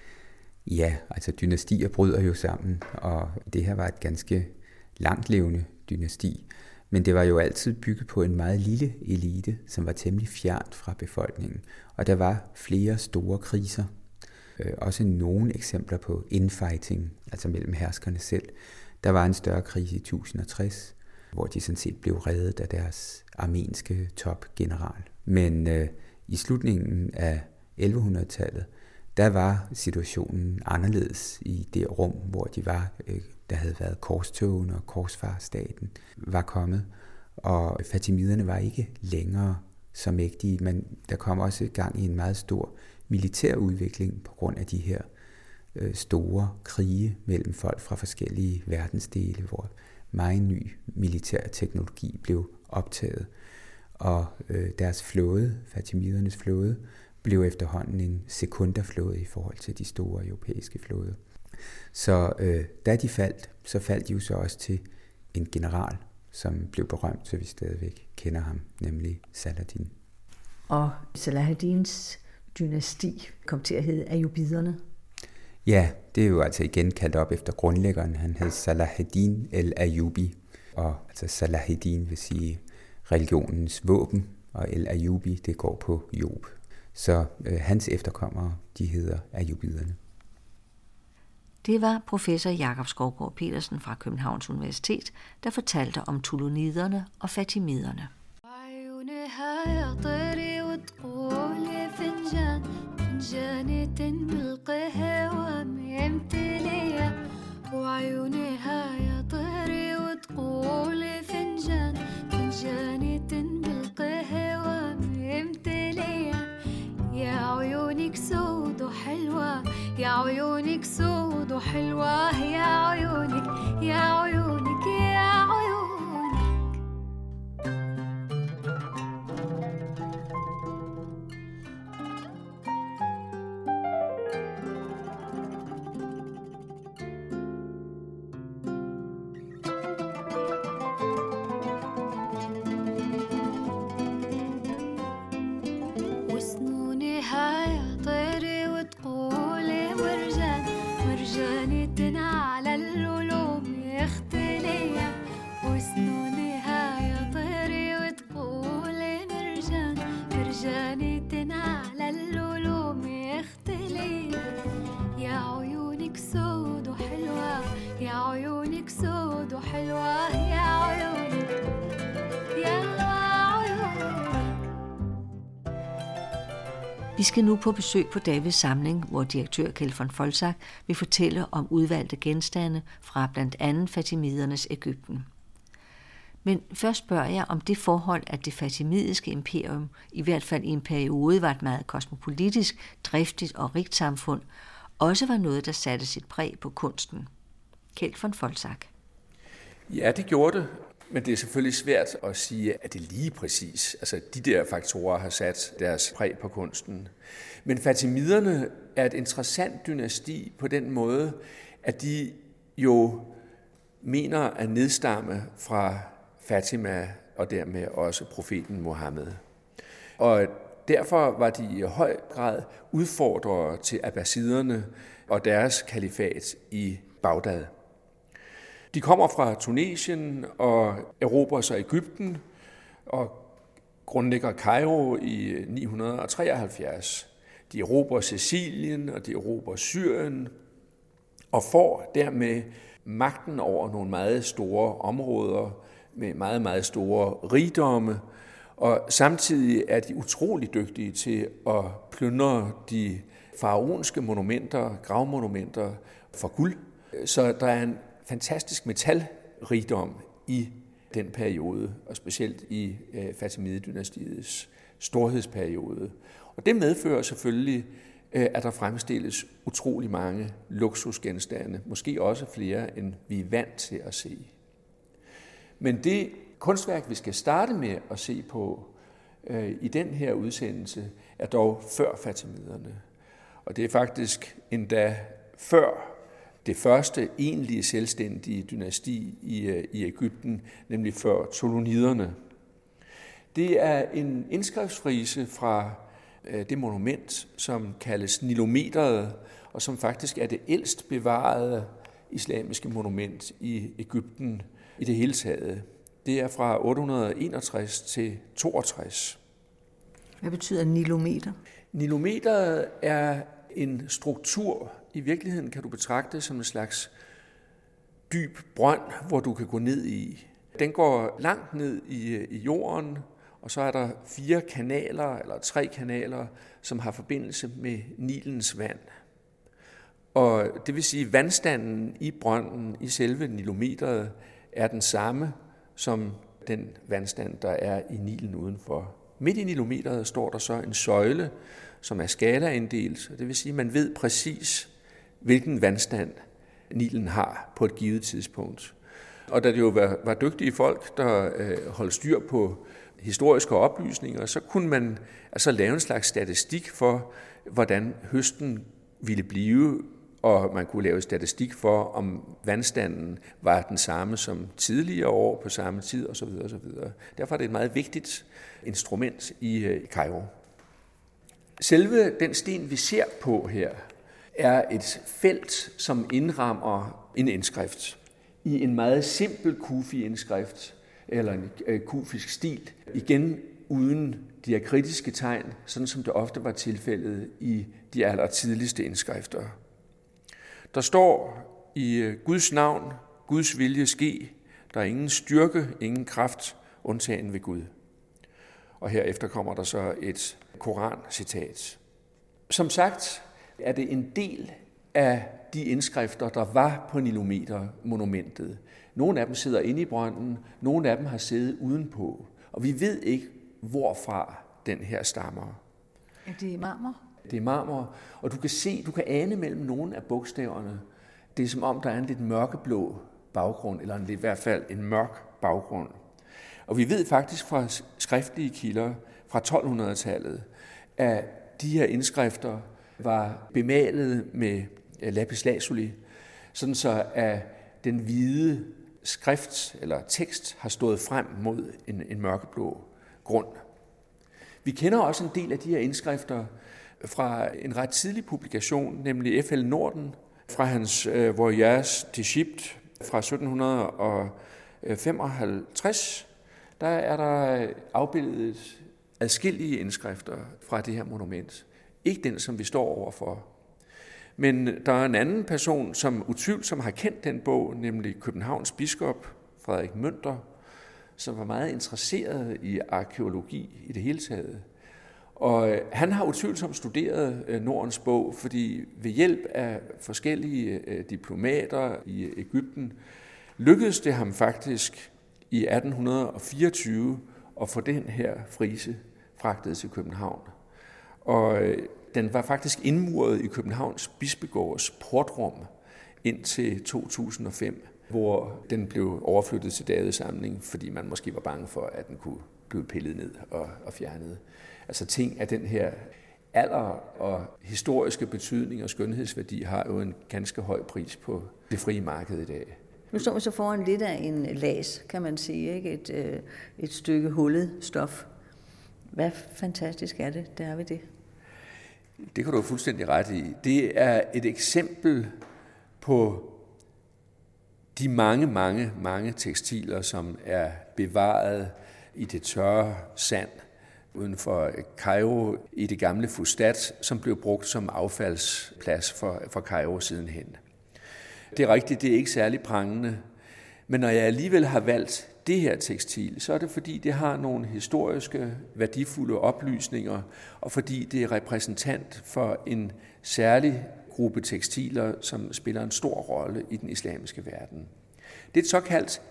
Ja, altså dynastier bryder jo sammen, og det her var et ganske langtlevende dynasti. Men det var jo altid bygget på en meget lille elite, som var temmelig fjernt fra befolkningen. Og der var flere store kriser. Også nogle eksempler på infighting, altså mellem herskerne selv. Der var en større krise i 1060, hvor de sådan set blev reddet af deres armenske topgeneral. Men i slutningen af 1100-tallet, der var situationen anderledes i det rum, hvor de var. Der havde været korstogen og korsfarstaten var kommet, og fatimiderne var ikke længere så mægtige, men der kom også gang i en meget stor militær udvikling på grund af de her store krige mellem folk fra forskellige verdensdele, hvor meget ny militær teknologi blev optaget. Og deres flåde, fatimidernes flåde, blev efterhånden en sekunderflåde i forhold til de store europæiske flåder. Så da de faldt, så faldt de jo så også til en general, som blev berømt, så vi stadigvæk kender ham, nemlig Saladin. Og Saladins dynasti kom til at hedde Ayyubiderne. Ja, det er jo altså igen kaldt op efter grundlæggeren. Han hed Salahuddin el-Ayyubi, og altså Salahuddin vil sige religionens våben, og el-Ayyubi, det går på Job. Så hans efterkommere, de hedder Ayyubiderne. Det var professor Jakob Skovgaard Petersen fra Københavns Universitet, der fortalte om tuluniderne og fatimiderne. يا عيونك سود وحلوة يا عيونك يا عيونك يا عيونك وسنوني هاي طيري وتقولي مرجانة على اللولوم يختليا وسنونها يا طيري وتقولي مرجانة على اللولوم يختليا يا عيونك سود وحلوة يا عيونك سود وحلوة يا عيونك يا عيونك. Vi skal nu på besøg på Davids samling, hvor direktør Kjeld von Folsak vil fortælle om udvalgte genstande fra blandt andet fatimidernes Egypten. Men først spørger jeg om det forhold, at det fatimidiske imperium i hvert fald i en periode var et meget kosmopolitisk, driftigt og rigt samfund, også var noget, der satte sit præg på kunsten. Kjeld von Folsak. Ja, det gjorde det. Men det er selvfølgelig svært at sige, at det lige præcis, altså de der faktorer har sat deres præg på kunsten. Men fatimiderne er et interessant dynasti på den måde, at de jo mener at nedstamme fra Fatima og dermed også profeten Mohammed. Og derfor var de i høj grad udfordrere til abbasiderne og deres kalifat i Bagdad. De kommer fra Tunesien og erobrer sig Egypten og grundlægger Kairo i 973. De erobrer Sicilien og de erobrer Syrien og får dermed magten over nogle meget store områder med meget, meget store rigdomme. Og samtidig er de utrolig dygtige til at plyndre de faraonske monumenter, gravmonumenter for guld. Så der er en fantastisk metalrigdom i den periode, og specielt i Fatimide-dynastiets storhedsperiode. Og det medfører selvfølgelig, at der fremstilles utrolig mange luksusgenstande, måske også flere, end vi er vant til at se. Men det kunstværk, vi skal starte med at se på i den her udsendelse, er dog før fatimiderne. Og det er faktisk endda før det første egentlige selvstændige dynasti i Egypten, nemlig før Ptolemiderne. Det er en indskriftsfrise fra det monument, som kaldes Nilometeret, og som faktisk er det ældst bevarede islamiske monument i Egypten i det hele taget. Det er fra 861 til 62. Hvad betyder nilometer? Nilometeret er en struktur. I virkeligheden kan du betragte det som en slags dyb brønd, hvor du kan gå ned i. Den går langt ned i jorden, og så er der 4 kanaler, eller 3 kanaler, som har forbindelse med Nilens vand. Og det vil sige, at vandstanden i brønden, i selve nilometeret, er den samme som den vandstand, der er i Nilen udenfor. Midt i nilometeret står der så en søjle, som er skalainddelt. Det vil sige, at man ved præcis, hvilken vandstand Nilen har på et givet tidspunkt. Og da det jo var dygtige folk, der holdt styr på historiske oplysninger, så kunne man altså lave en slags statistik for, hvordan høsten ville blive, og man kunne lave statistik for, om vandstanden var den samme som tidligere år på samme tid osv. osv. Derfor er det et meget vigtigt instrument i Kairo. Selve den sten, vi ser på her, er et felt, som indrammer en indskrift i en meget simpel kufi-indskrift, eller en kufisk stil, igen uden diakritiske tegn, sådan som det ofte var tilfældet i de allertidligste indskrifter. Der står i Guds navn, Guds vilje ske, der er ingen styrke, ingen kraft, undtagen ved Gud. Og herefter kommer der så et Koran-citat. Som sagt er det en del af de indskrifter, der var på Nilometer-monumentet. Nogle af dem sidder inde i brønden, nogle af dem har siddet udenpå. Og vi ved ikke, hvorfra den her stammer. Er det marmor? Det er marmor, og du kan ane mellem nogle af bogstaverne. Det er som om, der er en lidt mørkeblå baggrund, eller i hvert fald en mørk baggrund. Og vi ved faktisk fra skriftlige kilder fra 1200-tallet, at de her indskrifter var bemalet med lapis lazuli, sådan så at den hvide skrift eller tekst har stået frem mod en mørkeblå grund. Vi kender også en del af de her indskrifter fra en ret tidlig publikation, nemlig F.L. Norden, fra hans Voyage d'Egypte fra 1755. Der er der afbildet adskillige indskrifter fra det her monument. Ikke den, som vi står overfor. Men der er en anden person, som utvivlsomt har kendt den bog, nemlig Københavns biskop, Frederik Mønter, som var meget interesseret i arkæologi i det hele taget. Og han har utvivlsomt studeret Nordens bog, fordi ved hjælp af forskellige diplomater i Egypten lykkedes det ham faktisk i 1824 at få den her frise fragtet til København. Og den var faktisk indmuret i Københavns bispegårds portrum indtil 2005, hvor den blev overflyttet til Davids Samling, fordi man måske var bange for, at den kunne blive pillet ned og fjernet. Altså ting af den her alder og historiske betydning og skønhedsværdi har jo en ganske høj pris på det frie marked i dag. Nu står vi så foran lidt af en las, kan man sige, ikke? Et stykke hullet stof. Hvad fantastisk er det, der er ved det? Det kan du fuldstændig ret i. Det er et eksempel på de mange tekstiler, som er bevaret i det tørre sand uden for Kairo i det gamle Fustat, som blev brugt som affaldsplads for Kairo sidenhen. Det er rigtigt, det er ikke særlig prangende, men når jeg alligevel har valgt det her tekstil, så er det fordi, det har nogle historiske, værdifulde oplysninger, og fordi det er repræsentant for en særlig gruppe tekstiler, som spiller en stor rolle i den islamiske verden. Det er et såkaldt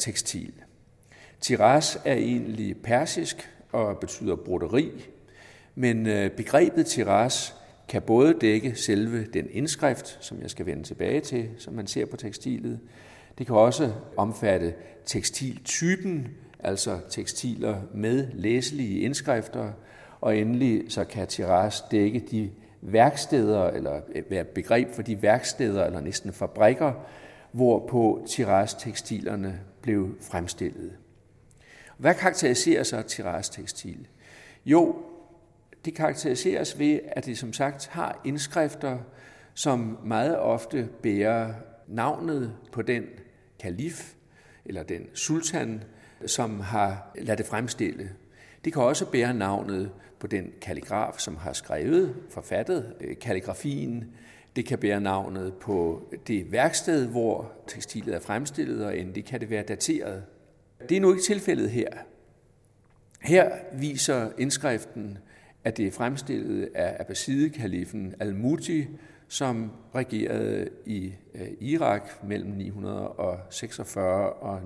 tiraz-tekstil. Tiraz er egentlig persisk og betyder broderi, Men begrebet tiras kan både dække selve den indskrift, som jeg skal vende tilbage til, som man ser på tekstilet. Det kan også omfatte tekstiltypen, altså tekstiler med læselige indskrifter. Og endelig så kan tiras dække de værksteder, eller være begreb for de værksteder, eller næsten fabrikker, hvorpå tiras-tekstilerne blev fremstillet. Hvad karakteriserer så tiras-tekstil? Jo, det karakteriseres ved, at det som sagt har indskrifter, som meget ofte bærer navnet på den kalif eller den sultan, som har ladet det fremstille. Det kan også bære navnet på den kalligraf, som har forfattet kalligrafien. Det kan bære navnet på det værksted, hvor tekstilet er fremstillet, og endelig kan det være dateret. Det er nu ikke tilfældet her. Her viser indskriften, at det er fremstillet af Abbasidekalifen al-Muti, som regerede i Irak mellem 946 og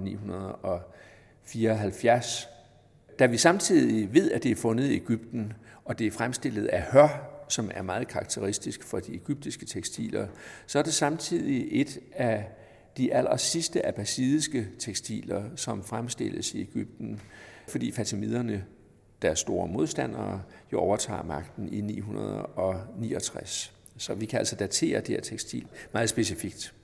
974. Da vi samtidig ved, at det er fundet i Egypten, og det er fremstillet af hør, som er meget karakteristisk for de egyptiske tekstiler, så er det samtidig et af de aller sidste abbasidiske tekstiler, som fremstilles i Egypten, fordi fatimiderne, deres store modstandere, jo overtager magten i 969. Så vi kan altså datere det her tekstil meget specifikt.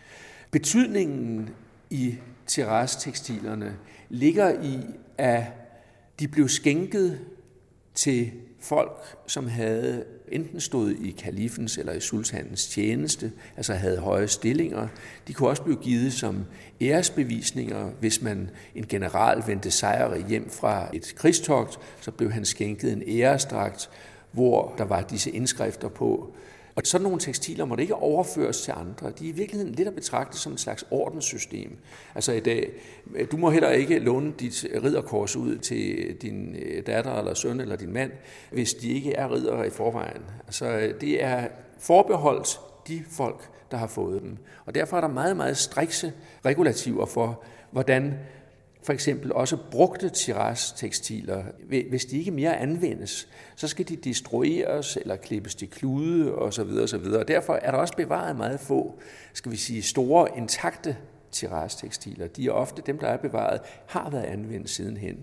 Betydningen i tiras-tekstilerne ligger i, at de blev skænket til folk, som havde enten stået i kalifens eller i sultanens tjeneste, altså havde høje stillinger. De kunne også blive givet som æresbevisninger, hvis en general vendte sejrrig hjem fra et krigstogt, så blev han skænket en æresdragt, hvor der var disse indskrifter på. Og sådan nogle tekstiler må det ikke overføres til andre. De er i virkeligheden lidt at betragte som et slags ordenssystem. Altså i dag, du må heller ikke låne dit ridderkors ud til din datter eller søn eller din mand, hvis de ikke er riddere i forvejen. Altså det er forbeholdt de folk, der har fået dem. Og derfor er der meget, meget strikse regulativer for, hvordan for eksempel også brugte tiras-tekstiler, hvis de ikke mere anvendes, så skal de destrueres eller klippes til klude osv. osv. Og derfor er der også bevaret meget få, skal vi sige, store, intakte tiras-tekstiler. De er ofte dem, der er bevaret, har været anvendt sidenhen,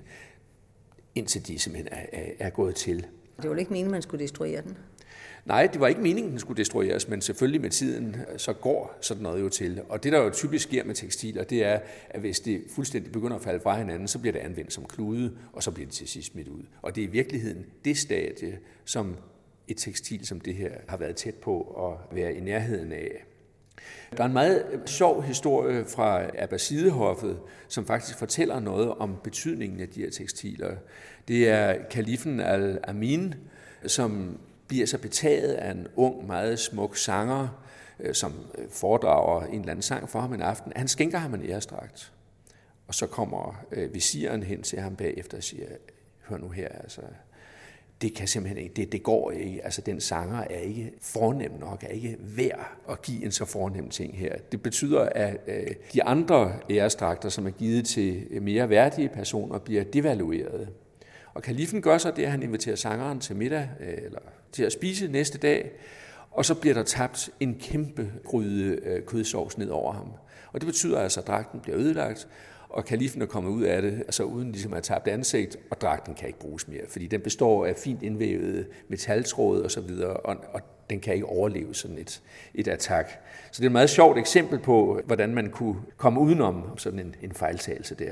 indtil de simpelthen er gået til. Det var ikke meningen, man skulle destruere den? Nej, det var ikke meningen, den skulle destrueres, men selvfølgelig med tiden, så går sådan noget jo til. Og det, der jo typisk sker med tekstiler, det er, at hvis det fuldstændig begynder at falde fra hinanden, så bliver det anvendt som klude, og så bliver det til sidst smidt ud. Og det er i virkeligheden det stadie, som et tekstil som det her har været tæt på at være i nærheden af. Der er en meget sjov historie fra Abbasidehoffet, som faktisk fortæller noget om betydningen af de her tekstiler. Det er kalifen al-Amin, som bliver så betaget af en ung, meget smuk sanger, som foredrager en eller anden sang for ham en aften. Han skænker ham en æresdragt. Og så kommer visiren hen til ham bagefter og siger, hør nu her, altså, det kan simpelthen ikke, det går ikke. Altså, den sanger er ikke fornem nok, er ikke værd at give en så fornem ting her. Det betyder, at de andre æresdragter, som er givet til mere værdige personer, bliver devalueret. Og kalifen gør så det, at han inviterer sangeren til middag, eller til at spise næste dag, og så bliver der tabt en kæmpe gryde kødsovs ned over ham. Og det betyder altså, at dragten bliver ødelagt, og kalifen er kommet ud af det, altså uden ligesom at have tabt ansigt, og dragten kan ikke bruges mere, fordi den består af fint indvævede metaltråd og så videre, og den kan ikke overleve sådan et attack. Så det er et meget sjovt eksempel på, hvordan man kunne komme udenom sådan en fejltagelse der.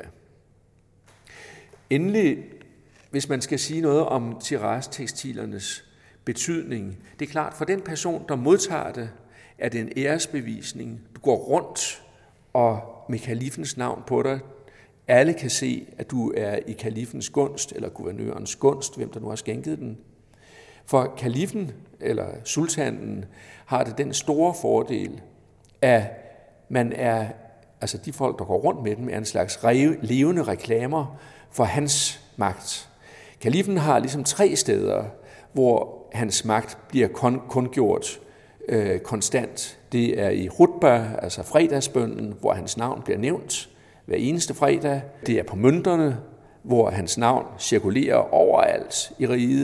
Endelig, hvis man skal sige noget om tiras-tekstilernes betydning, det er klart, for den person, der modtager det, er det en æresbevisning. Du går rundt og med kalifens navn på dig. Alle kan se, at du er i kalifens gunst, eller guvernørens gunst, hvem der nu har skænket den. For kalifen, eller sultanen, har det den store fordel, at man er, altså de folk, der går rundt med dem, er en slags levende reklamer for hans magt. Kalifen har ligesom 3 steder, hvor hans magt bliver kundgjort konstant. Det er i hutba, altså fredagsbønnen, hvor hans navn bliver nævnt hver eneste fredag. Det er på mønterne, hvor hans navn cirkulerer overalt i riget.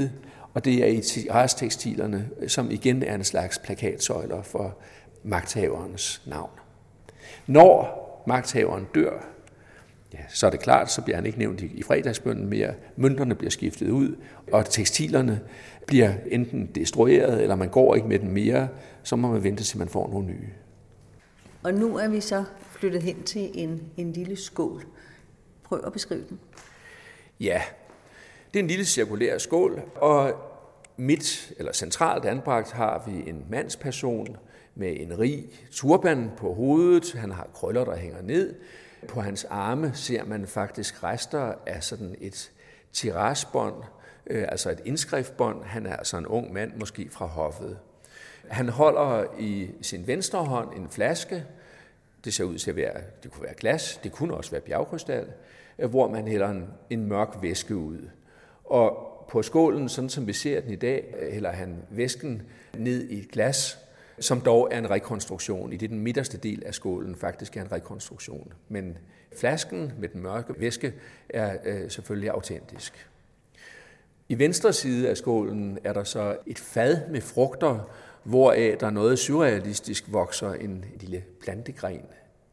og det er i terrastekstilerne, som igen er en slags plakatsøjler for magthaverens navn. Når magthaveren dør, ja, så er det klart, så bliver han ikke nævnt i fredagsbønnen mere. Mønterne bliver skiftet ud, og tekstilerne bliver enten destrueret, eller man går ikke med dem mere, så må man vente til man får nogle nye. Og nu er vi så flyttet hen til en lille skål. Prøv at beskrive den. Ja, det er en lille cirkulær skål, og centralt anbragt har vi en mandsperson med en rig turban på hovedet. Han har krøller, der hænger ned. På hans arme ser man faktisk rester af sådan et tirasbånd, altså et indskriftbånd. Han er altså en ung mand, måske fra hoffet. Han holder i sin venstre hånd en flaske. Det ser ud til at være, det kunne være glas, det kunne også være bjergkrystal, hvor man hælder en mørk væske ud. Og på skålen, sådan som vi ser den i dag, hælder han væsken ned i et glas, som dog er en rekonstruktion. I det den midterste del af skålen faktisk er en rekonstruktion. Men flasken med den mørke væske er selvfølgelig autentisk. I venstre side af skålen er der så et fad med frugter, hvoraf der noget surrealistisk vokser en lille plantegren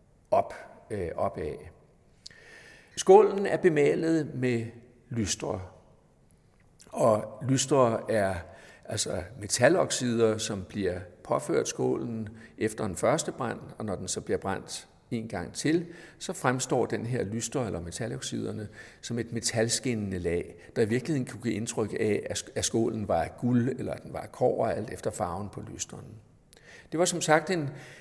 opad. Skålen er bemalet med lystre, og lystre er altså metaloxider, som bliver påført skålen efter en første brand, og når den så bliver brændt en gang til, så fremstår den her lystre eller metaloxiderne som et metalskinnende lag, der i virkeligheden kunne give indtryk af, at skålen var af guld eller at den var af kobber, alt efter farven på lystren. Det var som sagt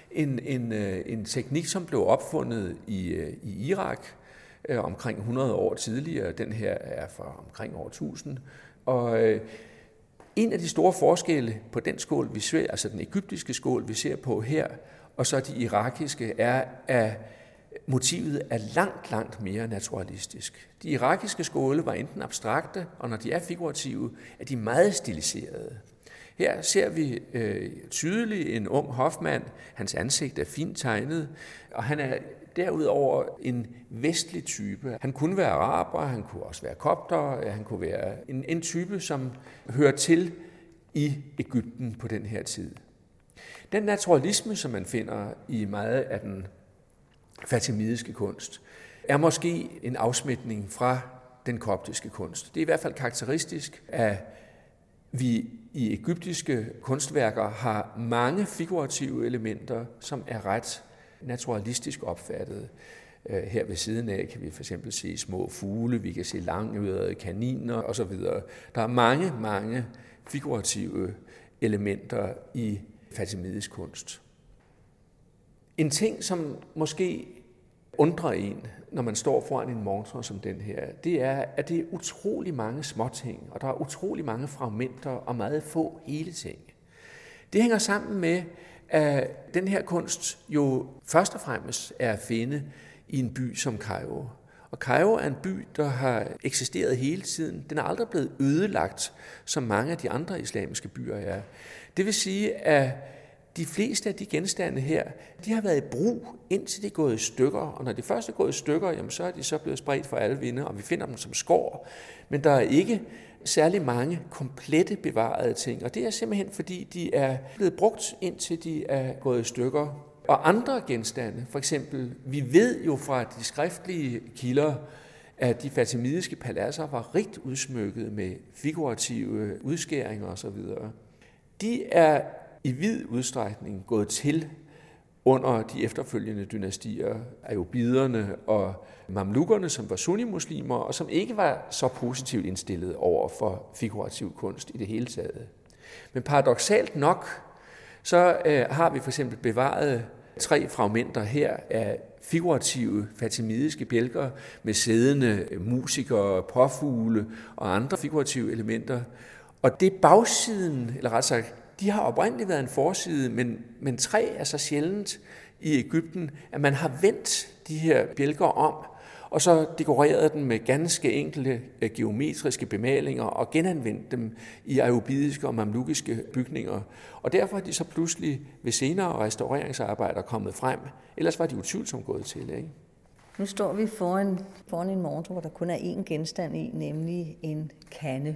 en teknik, som blev opfundet i Irak omkring 100 år tidligere. Den her er fra omkring år 1000. Og en af de store forskelle på den skål, vi ser, altså den egyptiske skål, vi ser på her, og så de irakiske, er, at motivet er langt mere naturalistisk. De irakiske skåle var enten abstrakte, og når de er figurative, er de meget stiliserede. Her ser vi tydeligt en ung hofmand. Hans ansigt er fint tegnet, og han er derudover en vestlig type. Han kunne være araber, han kunne også være kopter, han kunne være en type, som hører til i Egypten på den her tid. Den naturalisme, som man finder i meget af den fatimidiske kunst, er måske en afsmitning fra den koptiske kunst. Det er i hvert fald karakteristisk, at vi i egyptiske kunstværker har mange figurative elementer, som er ret naturalistisk opfattet. Her ved siden af kan vi for eksempel se små fugle, vi kan se langørede kaniner osv. Der er mange figurative elementer i fatimidisk kunst. En ting, som måske undrer en, når man står foran en montre som den her, det er, at det er utrolig mange småting, og der er utrolig mange fragmenter og meget få hele ting. Det hænger sammen med, at den her kunst jo først og fremmest er at finde i en by som Kairo. Og Kairo er en by, der har eksisteret hele tiden. Den er aldrig blevet ødelagt, som mange af de andre islamiske byer er. Det vil sige, at de fleste af de genstande her, de har været i brug, indtil de er gået i stykker. Og når de først er gået i stykker, jamen, så er de så blevet spredt for alle vinde, og vi finder dem som skår. Men der er ikke særlig mange komplette bevarede ting. Og det er simpelthen, fordi de er blevet brugt, indtil de er gået i stykker. Og andre genstande, for eksempel, vi ved jo fra de skriftlige kilder, at de fatimidiske paladser var rigt udsmykket med figurative udskæringer osv. De er i vid udstrækning gået til under de efterfølgende dynastier, ayubiderne og mamlukkerne, som var sunnimuslimer, og som ikke var så positivt indstillet over for figurativ kunst i det hele taget. Men paradoksalt nok, så har vi for eksempel bevaret 3 fragmenter her af figurative fatimidiske bjælker med sædende musikere, påfugle og andre figurative elementer. Og det er bagsiden, eller ret sagt, de har oprindeligt været en forside, men træ er så sjældent i Egypten, at man har vendt de her bjælker om, og så dekoreret den med ganske enkle geometriske bemalinger og genanvendt dem i ayubidiske og mamlukiske bygninger. Og derfor er de så pludselig ved senere restaureringsarbejder kommet frem. Ellers var de utvivlsomt gået til, ikke? Nu står vi foran en montre, hvor der kun er én genstand i, nemlig en kande.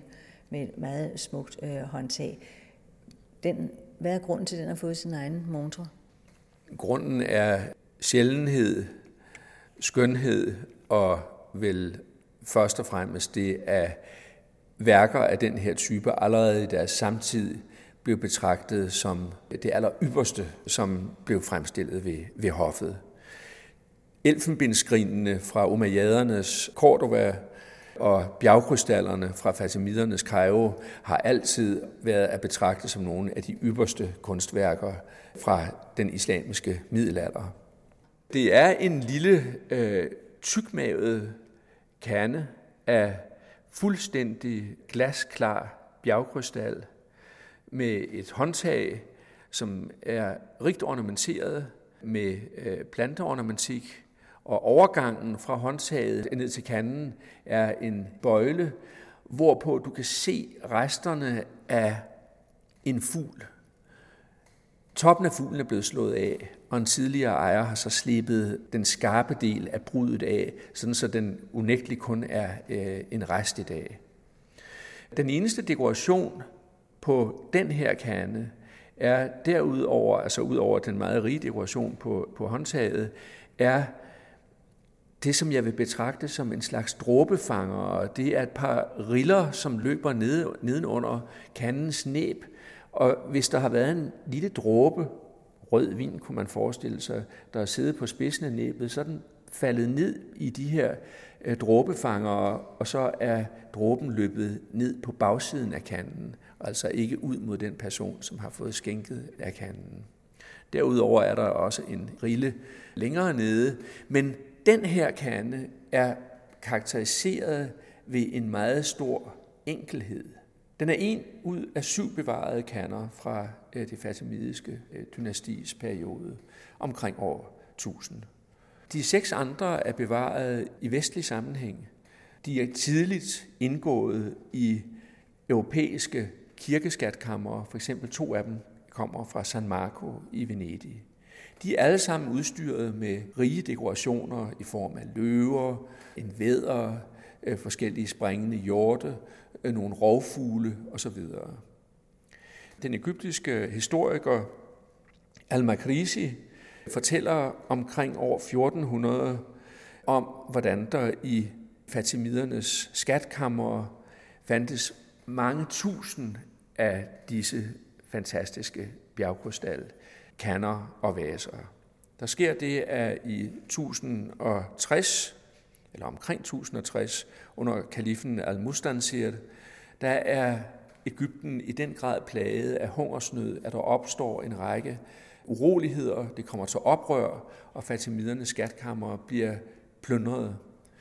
med et meget smukt håndtag. Hvad er grunden til, at den har fået sin egen montre? Grunden er sjældenhed, skønhed og vel først og fremmest det, at værker af den her type allerede i deres samtid blev betragtet som det aller ypperste, som blev fremstillet ved hoffet. Elfenbensgrinene fra umayyadernes Cordova og bjergkrystallerne fra fatimidernes Kairo har altid været at betragte som nogle af de ypperste kunstværker fra den islamiske middelalder. Det er en lille tykmavet kande af fuldstændig glasklar bjergkrystal med et håndtag, som er rigt ornamenteret med planteornamentik, og overgangen fra håndtaget ned til kanden er en bøjle, hvorpå du kan se resterne af en fugl. Toppen af fuglen er blevet slået af, og en tidligere ejer har så slebet den skarpe del af brudet af, sådan så den unægteligt kun er en rest i dag. Den eneste dekoration på den her kande er derudover, altså ud over den meget rige dekoration på håndtaget, er det, som jeg vil betragte som en slags dråbefanger. Det er et par riller, som løber nedenunder kandens næb, og hvis der har været en lille dråbe, rød vin kunne man forestille sig, der er siddet på spidsen af næbet, så er den faldet ned i de her dråbefangere, og så er dråben løbet ned på bagsiden af kanden, altså ikke ud mod den person, som har fået skænket af kanden. Derudover er der også en rille længere nede, men den her kande er karakteriseret ved en meget stor enkelhed. Den er en ud af 7 bevarede kander fra det fatimidiske dynastis periode, omkring år 1000. De 6 andre er bevaret i vestlig sammenhæng. De er tidligt indgået i europæiske kirkeskatkamre, for eksempel 2 af dem kommer fra San Marco i Venedig. De er alle sammen udstyret med rige dekorationer i form af løver, en vædder, forskellige springende hjorte, nogle rovfugle osv. Den egyptiske historiker Al-Makrisi fortæller omkring år 1400 om, hvordan der i fatimidernes skatkammer fandtes mange tusind af disse fantastiske bjergkrystal, kander og vaser. Der sker det, at i 1060, eller omkring 1060, under kalifen al-Mustansir, der er Egypten i den grad plaget af hungersnød, at der opstår en række uroligheder, det kommer til oprør, og fatimidernes skatkammer bliver plyndret.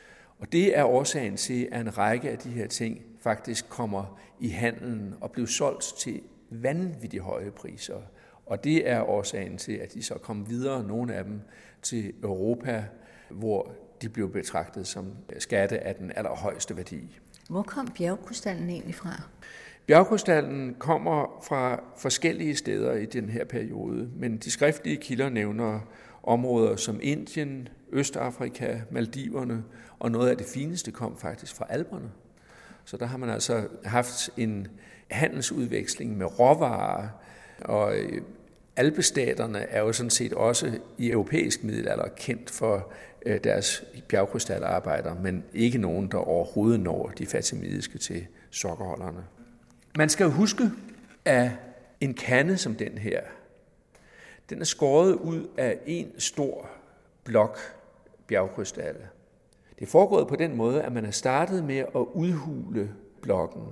Og det er årsagen til, at en række af de her ting faktisk kommer i handelen og bliver solgt til vanvittigt høje priser. Og det er årsagen til, at de så kom videre, nogle af dem, til Europa, hvor de blev betragtet som skatte af den allerhøjeste værdi. Hvor kom bjergkrystallen egentlig fra? Bjergkrystallen kommer fra forskellige steder i den her periode, men de skriftlige kilder nævner områder som Indien, Østafrika, Maldiverne, og noget af det fineste kom faktisk fra Alperne. Så der har man altså haft en handelsudveksling med råvarer, og alpestaterne er jo sådan set også i europæisk middelalder kendt for deres bjergkrystalarbejder, men ikke nogen, der overhovedet når de fatimidiske til sokkerholderne. Man skal jo huske, at en kande som den her, den er skåret ud af en stor blok bjergkrystal. Det er foregået på den måde, at man har startet med at udhule blokken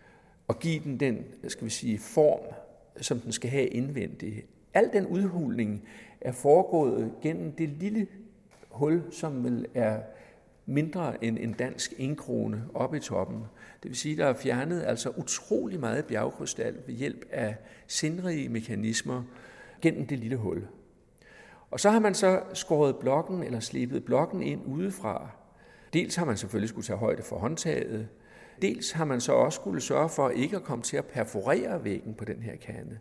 og give den skal vi sige, form, som den skal have indvendigt. Al den udhulning er foregået gennem det lille hul, som vel er mindre end en dansk enkrone oppe i toppen. Det vil sige, at der er fjernet altså utrolig meget bjergkrystal ved hjælp af sindrige mekanismer gennem det lille hul. Og så har man så skåret blokken eller slebet blokken ind udefra. Dels har man selvfølgelig skulle tage højde for håndtaget, dels har man så også skulle sørge for ikke at komme til at perforere væggen på den her kande.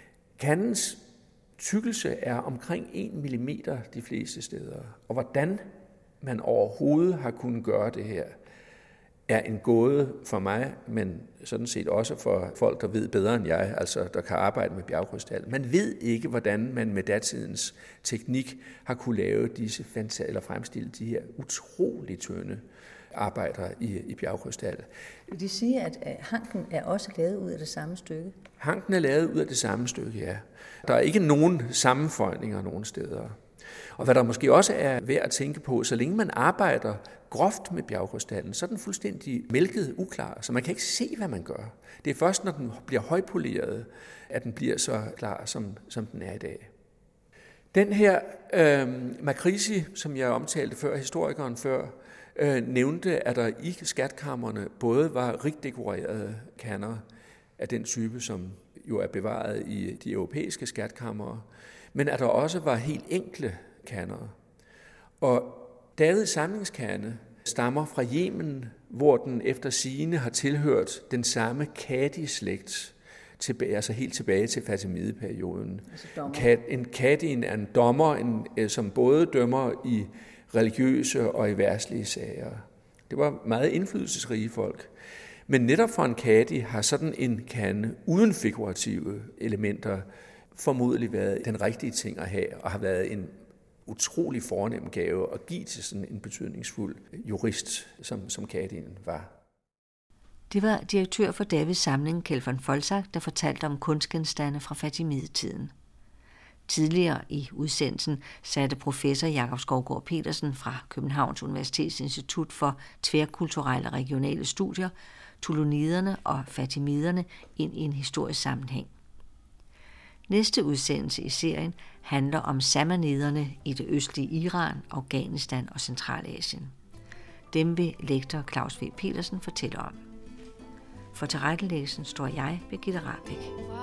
Kandens tykkelse er omkring 1 mm de fleste steder. Og hvordan man overhovedet har kunnet gøre det her, er en gåde for mig, men sådan set også for folk, der ved bedre end jeg, altså der kan arbejde med bjergkrystal. Man ved ikke, hvordan man med datidens teknik har kunne lave disse eller fremstille de her utroligt tynde arbejder i bjergkrystal. Vil det sige, at hanken er også lavet ud af det samme stykke? Hanken er lavet ud af det samme stykke, ja. Der er ikke nogen sammenføjninger nogen steder. Og hvad der måske også er værd at tænke på, så længe man arbejder groft med bjergkrystallen, så er den fuldstændig mælket uklar, så man kan ikke se, hvad man gør. Det er først, når den bliver højpoleret, at den bliver så klar, som den er i dag. Den her Makrizi, som jeg omtalte før, historikeren før, nævnte, at der i skatkammerne både var rigt dekorerede kander af den type, som jo er bevaret i de europæiske skatkammer, men at der også var helt enkle kander. Og Davids samlingskande stammer fra Yemen, hvor den efter sigende har tilhørt den samme Kadi-slægt, altså helt tilbage til Fatimideperioden. En Kadien er en dommer, som både dømmer i religiøse og i verdslige sager. Det var meget indflydelsesrige folk. Men netop for en Kadi har sådan en kande uden figurative elementer formodentlig været den rigtige ting at have, og har været en utrolig fornem gave at give til sådan en betydningsfuld jurist, som Kadien var. Det var direktør for Davids samling, Kjeld von Folsak, der fortalte om kunstgenstande fra Fatimidetiden. Tidligere i udsendelsen satte professor Jakob Skovgaard Petersen fra Københavns Universitets Institut for Tværkulturelle og Regionale Studier tuluniderne og fatimiderne ind i en historisk sammenhæng. Næste udsendelse i serien handler om samaniderne i det østlige Iran, Afghanistan og Centralasien. Dem vil lektor Claus V. Petersen fortælle om. For tilrettelæggelsen står jeg, Birgitte Rahbek.